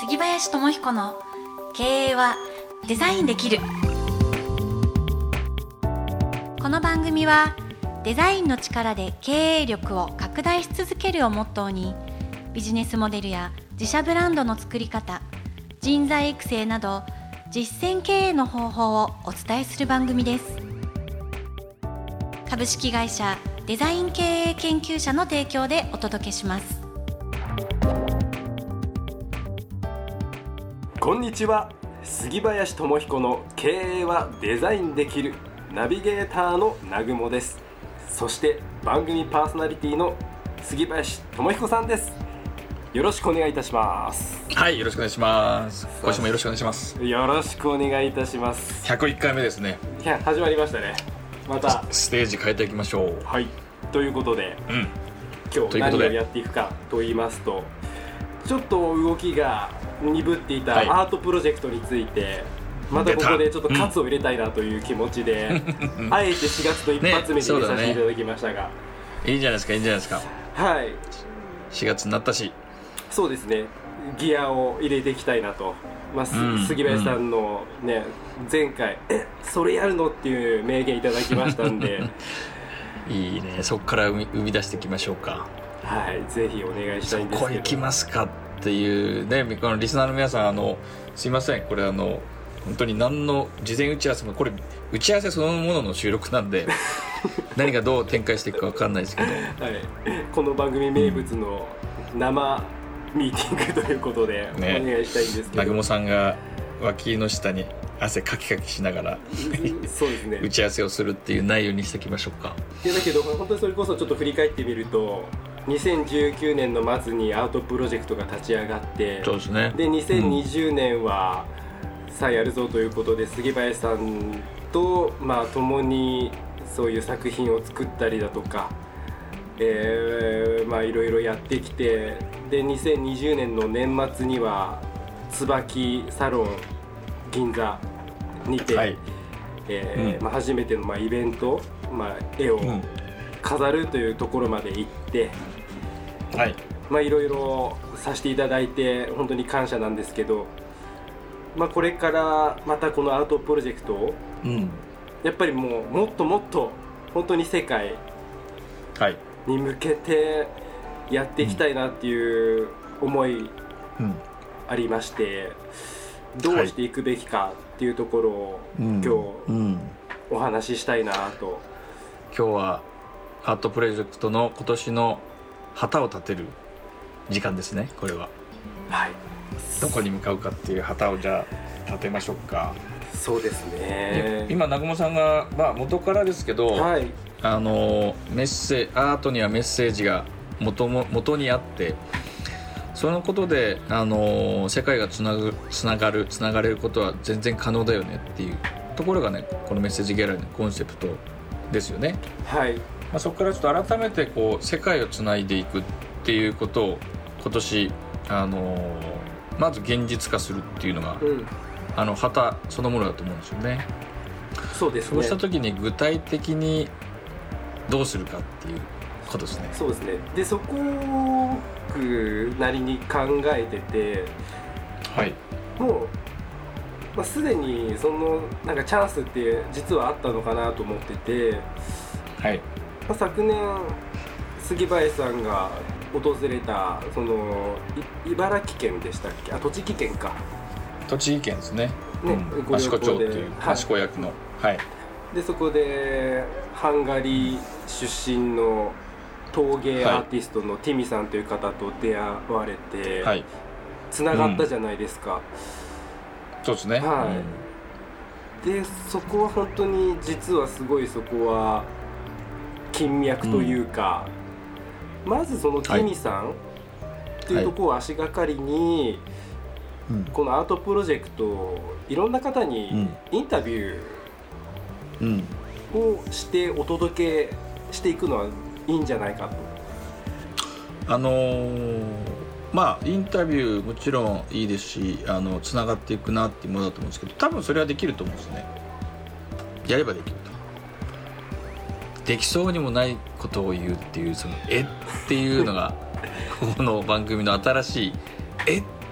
杉林智彦の経営はデザインできる。この番組はデザインの力で経営力を拡大し続けるをモットーに、ビジネスモデルや自社ブランドの作り方、人材育成など実践経営の方法をお伝えする番組です。株式会社デザイン経営研究者の提供でお届けします。 こんにちは。杉林智彦の経営はデザインできるナビゲーターの南雲です。そして番組パーソナリティの杉林智彦さんです。よろしくお願いいたします。 はい、よろしくお願いします。今週もよろしくお願いします。 よろしくお願いいたします。 101回目ですね。 いや、始まりましたね。またステージ変えていきましょう。 はい、ということで、今日何をやっていくかと言いますと、ちょっと動きが鈍っていたアートプロジェクトについて、またここでちょっと喝を入れたいなという気持ちで、あえて4月の一発目に入れさせていただきましたが、 いいじゃないですか、いいんじゃないですか。 はい、 4月になったし、 そうですね、ギアを入れていきたいなと、杉林さんのね、前回それやるのっていう名言いただきましたんでいいね、そこから生み出していきましょうか。 はい、ぜひお願いしたいんですけど、 そこ行きますかっていうね、このリスナーの皆さん、すいません、これ本当に何の事前打ち合わせも、これ打ち合わせそのものの収録なんで何がどう展開していくか分かんないですけど、はい、 この番組名物の生ミーティングということでお願いしたいんですけど、 南雲さんが脇の下に汗かきかきしながらそうですね、 打ち合わせをするっていう内容にしていきましょうか。 いや、だけど本当にそれこそちょっと振り返ってみると、2019年の末にアートプロジェクトが立ち上がって、 そうですね。 で2020年はさあやるぞということで、杉林さんと共にそういう作品を作ったりだとか、いろいろやってきて、で2020年の年末には椿サロン銀座にて、はい、初めてのイベント、絵を飾るというところまで行って、はい、いろいろさせていただいて本当に感謝なんですけど、これからまたこのアートプロジェクトを、やっぱりもっともっと本当に世界に向けてやっていきたいなっていう思いありまして、どうしていくべきかっていうところを今日お話ししたいなと。 今日はアートプロジェクトの今年の旗を立てる時間ですね。これは、はい、どこに向かうかっていう旗をじゃあ立てましょうか。 そうですね。 今南雲さんが、元からですけど、はい、アートにはメッセージが元にあって、そのことで、世界がつながれることは全然可能だよねっていうところがね、このメッセージギャラリーのコンセプトですよね。はい。そこからちょっと改めて世界をつないでいくっていうことを今年まず現実化するっていうのが、旗そのものだと思うんですよね。 そうですね。 そうした時に具体的にどうするかっていうことですね。 そうですね。でそこを僕なりに考えてて、はい、もう、すでにそのチャンスって実はあったのかなと思ってて、はい、昨年杉林さんが訪れたその茨城県でしたっけ、栃木県か。 栃木県ですね。益子町っていう益子焼の、はい。 でそこでハンガリー出身の陶芸アーティストのティミさんという方と出会われて、はい、つながったじゃないですか。 そうですね。 はい。でそこは本当に実はすごい、そこは金脈というか、まずそのティミさんっていうところを足がかりに、このアートプロジェクトをいろんな方にインタビューをしてお届けしていくのはいいんじゃないかと。 インタビューもちろんいいですし、つながっていくなっていうものだと思うんですけど、多分それはできると思うんですね。やればできると。できそうにもないことを言うっていう、そのっていうのがこの番組の新しいって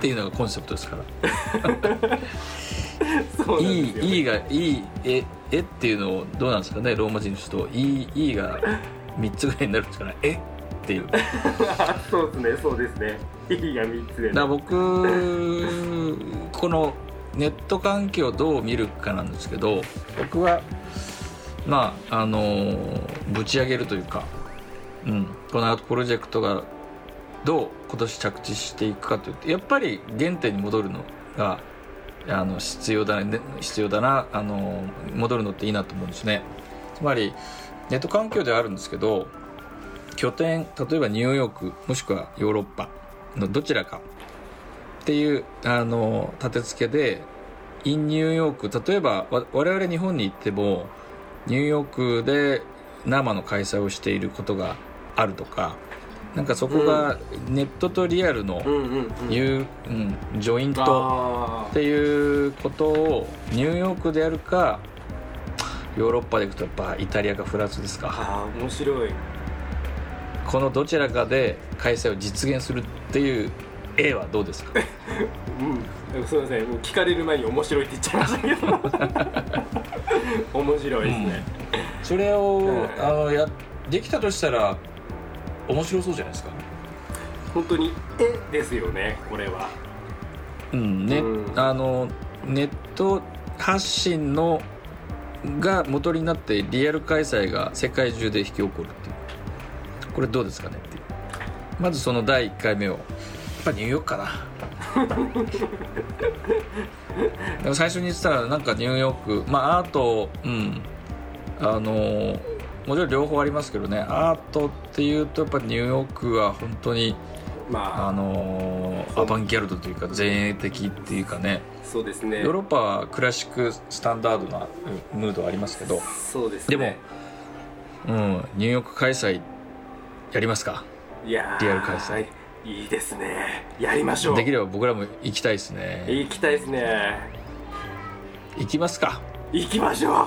っていうのがコンセプトですからそうなんですよね。 いがいいっていうのをどうなんですかね、ローマ字にするといが3つぐらいになるんですかね、っていうそうですねいが3つで、ね、 だから僕このネット環境をどう見るかなんですけど、僕はまあぶち上げるというか、このアートプロジェクトがどう今年着地していくかというと、やっぱり原点に戻るのが必要だな、戻るのっていいなと思うんですね。つまりネット環境ではあるんですけど、拠点、例えばニューヨークもしくはヨーロッパのどちらかっていう立て付けで、インニューヨーク、例えば我々日本に行ってもニューヨークで生の開催をしていることがあるとか、なんかそこがネットとリアルのジョイントっていうことをニューヨークでやるか、ヨーロッパで行くとやっぱイタリアかフランスですか。 面白い。 このどちらかで開催を実現するっていうA はどうですか？ すいません、もう聞かれる前に面白いって言っちゃいましたけど面白いですね、 それをできたとしたら面白そうじゃないですか。 本当にですよね、これは。 ネット発信のが元になってリアル開催が世界中で引き起こるっていう、これどうですかねっていう。まずその第1回目をやっぱニューヨークかなでも最初に言ってたらなんかニューヨーク、アート、もちろん両方ありますけどね、アートっていうとやっぱニューヨークは本当に、アバンギャルドというか前衛的っていうかね。 そうですね。 ヨーロッパはクラシックスタンダードなムードありますけど、 そうですね。 でも、ニューヨーク開催やりますか？リアル開催、 いいですね。やりましょう。 できれば僕らも行きたいですね。 行きたいですね。 行きますか？ 行きましょう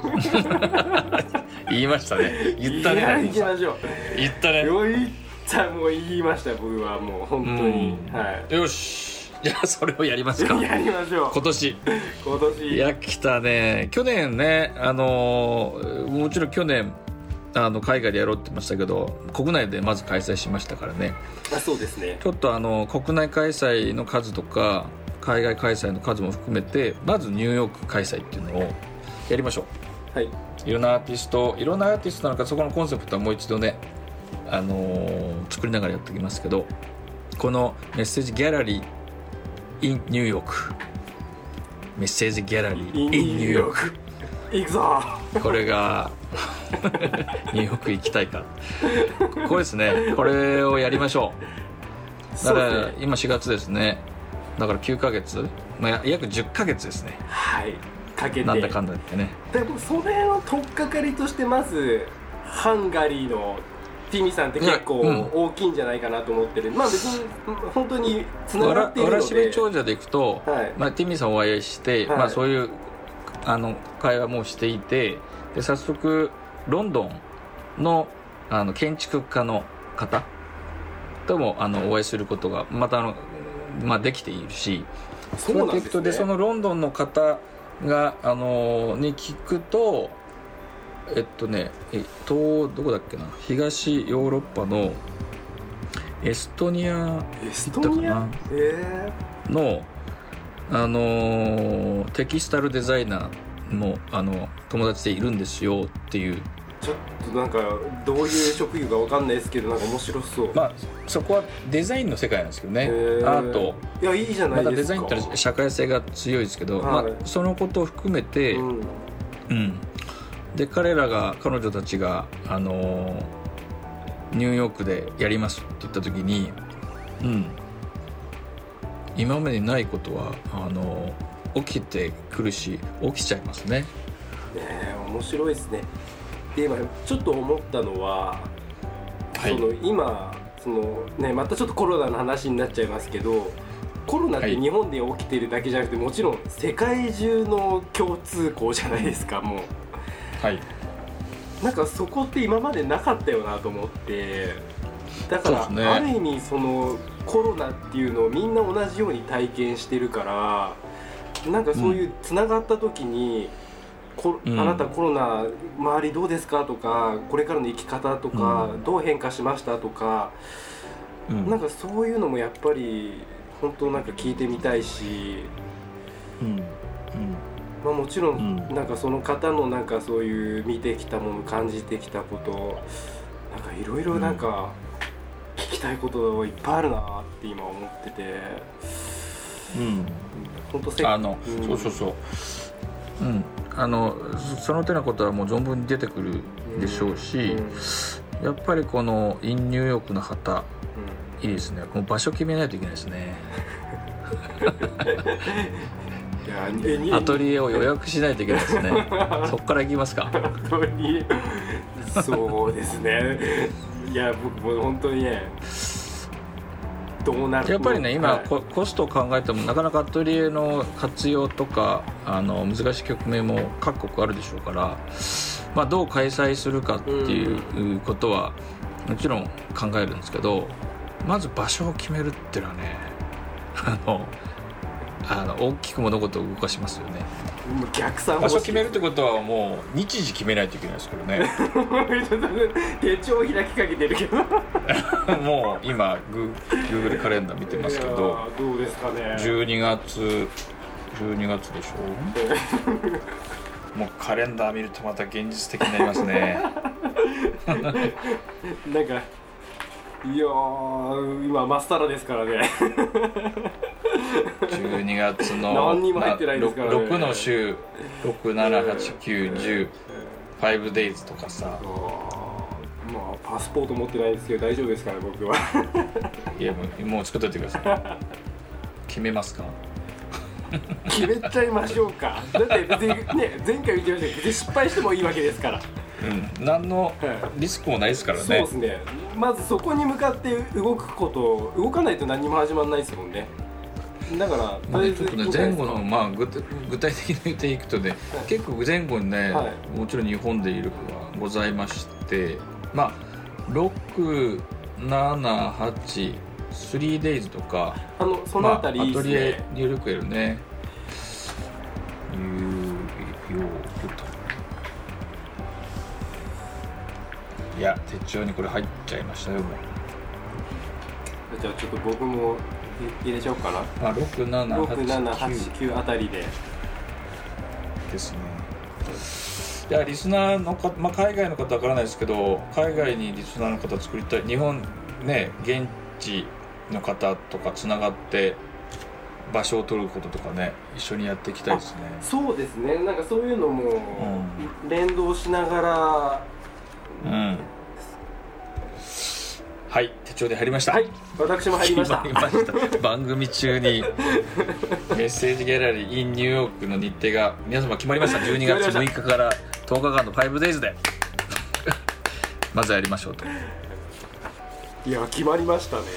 言いましたね。言ったね。 行きましょう。 言ったね。 もう言いました。僕はもう本当に、 よし、じゃあそれをやりますか。 やりましょう。 今年いや来たね。去年ね、もちろん去年海外でやろうって言いましたけど、国内でまず開催しましたからね。 そうですね。 ちょっと国内開催の数とか海外開催の数も含めて、まずニューヨーク開催っていうのをやりましょう。いろんなアーティストなんか、そこのコンセプトはもう一度ね、作りながらやっていきますけど、このメッセージギャラリー in ニューヨーク、メッセージギャラリー in ニューヨーク行くぞこれがニューヨーク行きたいかこれですね。これをやりましょう。だから今4月ですね。だから9ヶ月、約10ヶ月ですね。 かけてなんだかんだ言ってね。 でもそれの取っかかりとして、まずハンガリーのティミさんって結構大きいんじゃないかなと思ってる。別に本当につながっているので、わらしべ長者でいくと、ティミさんお会いして、そういう会話もしていて、で早速ロンドンの建築家の方ともお会いすることがまたできているし、 そうなんですね。 でそのロンドンの方がに聞くと、どこだっけな、東ヨーロッパのエストニアのテキスタルデザイナーも友達でいるんですよっていう。 ちょっとなんかどういう職業か分かんないですけど、なんか面白そう。 そこはデザインの世界なんですけどね。アート、 いや、いいじゃないですか。 まだデザインって社会性が強いですけど、そのことを含めて、で彼女たちがニューヨークでやりますって言った時に、今までにないことは起きてくるし、起きちゃいますね。 面白いですね。で今ちょっと思ったのは、今またちょっとコロナの話になっちゃいますけど、コロナって日本で起きてるだけじゃなくて、もちろん世界中の共通項じゃないですか。もうなんかそこって今までなかったよなと思って、 だから、ね、ある意味そのコロナっていうのをみんな同じように体験してるから、なんかそういうつながった時に、あなたコロナ周りどうですかとか、これからの生き方とか、どう変化しましたとか、なんかそういうのもやっぱり本当なんか聞いてみたいし、まあ、もちろんなんかその方のなんかそういう見てきたもの、感じてきたこと、なんかいろいろなんか聞きたいこといっぱいあるなって今思ってて、本当その手のことはもう存分に出てくるでしょうし、やっぱりこの in ニューヨークの旗、いいですね。この場所決めないといけないですね。アトリエを予約しないといけないですね。そこから行きますか。 そうですね。いや僕も本当にね、どうなる。 やっぱりね、今、コストを考えてもなかなかアトリエの活用とか難しい局面も各国あるでしょうから、まあ、どう開催するかっていうことはもちろん考えるんですけど、まず場所を決めるっていうのはね、大きく物事を動かしますよね。 逆算場所決めるってことはもう日時決めないといけないですからね。 手帳開きかけてるけどもう今 Google カレンダー見てますけど、 どうですかね、 12月でしょ。もうカレンダー見るとまた現実的になりますね。 なんかいや今マスタラですからね。 12月の何にも入ってないですからね。 6の週、6、7、8、9、10、5 days とかさ。 まあパスポート持ってないですけど大丈夫ですから僕は。 いやもう作っといてください。決めますか。 決めちゃいましょうか。だって別にね、前回言ってましたけど、別に失敗してもいいわけですから。 何のリスクもないですからね。 そうですね。まずそこに向かって動かないと何も始まらないですもんね。だからちょっとね、前後の、まあ、具体的に言っていくとね、結構前後にね、もちろん日本でいる子がございまして、まあ6、7、8、3 days とか、 そのあたりいいですね。 アトリエによくやるね。ニューヨークと。いや、手帳にこれ入っちゃいましたよ。もうじゃあちょっと僕も入れちゃおうかな。 6、7、8、 9あたりでですね。いや、リスナーの方、まあ、海外の方は分からないですけど、海外にリスナーの方作りたい、日本ね、現地の方とかつながって場所を取ることとかね、一緒にやっていきたいですね。 そうですね。なんかそういうのも連動しながら、 はい、手帳で入りました。 はい、私も入りました。 番組中にメッセージギャラリー in ニューヨークの日程が皆様決まりました。12月6日から10日間の5 days でまずやりましょうと。 いや、決まりましたね。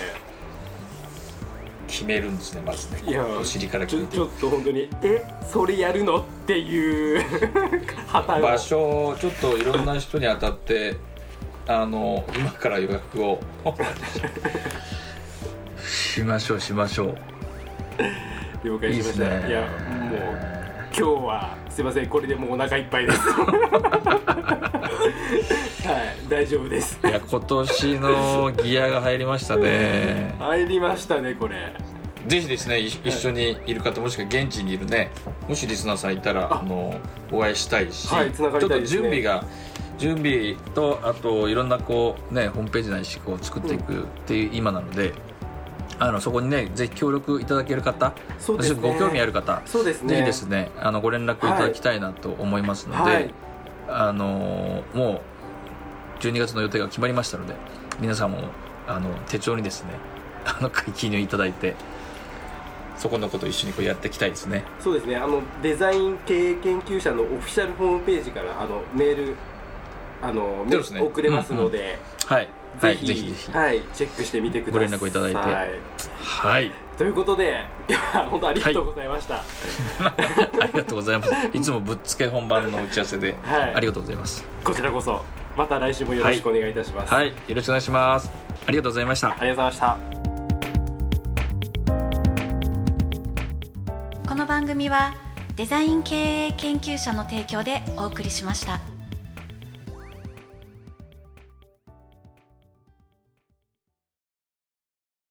決めるんですね、まずね。 いや、 お尻から決めて、 ちょっと本当にそれやるのっていう場所をちょっといろんな人に当たって今から予約をしましょう。 了解しました。いいですね。いや、もう今日はすいません、これでもうお腹いっぱいです。はい、大丈夫です。 いや、今年のギアが入りましたね。 入りましたね、これ。 ぜひですね、一緒にいる方、もしくは現地にいるね、もしリスナーさんいたらお会いしたいし、 つながりたいですね。 ちょっと準備と、あといろんなこうね、ホームページないしこう作っていくっていう今なので、そこにね、ぜひ協力いただける方、 そうですね、 ご興味ある方、 そうですね、 ぜひですね、ご連絡いただきたいなと思いますので、もう12月の予定が決まりましたので、皆さんも手帳にですね、記入いただいて、そこのことを一緒にこうやっていきたいですね。 そうですね。デザイン経営研究者のオフィシャルホームページからメール送れますので、 はい、 ぜひ、チェックしてみてください。 ご連絡いただいて、はい。 ということで、本当ありがとうございました。 ありがとうございます。いつもぶっつけ本番の打ち合わせで、ありがとうございます。 こちらこそ。 また来週もよろしくお願いいたします。 はい、よろしくお願いします。ありがとうございました。 ありがとうございました。 この番組はデザイン経営研究者の提供でお送りしました。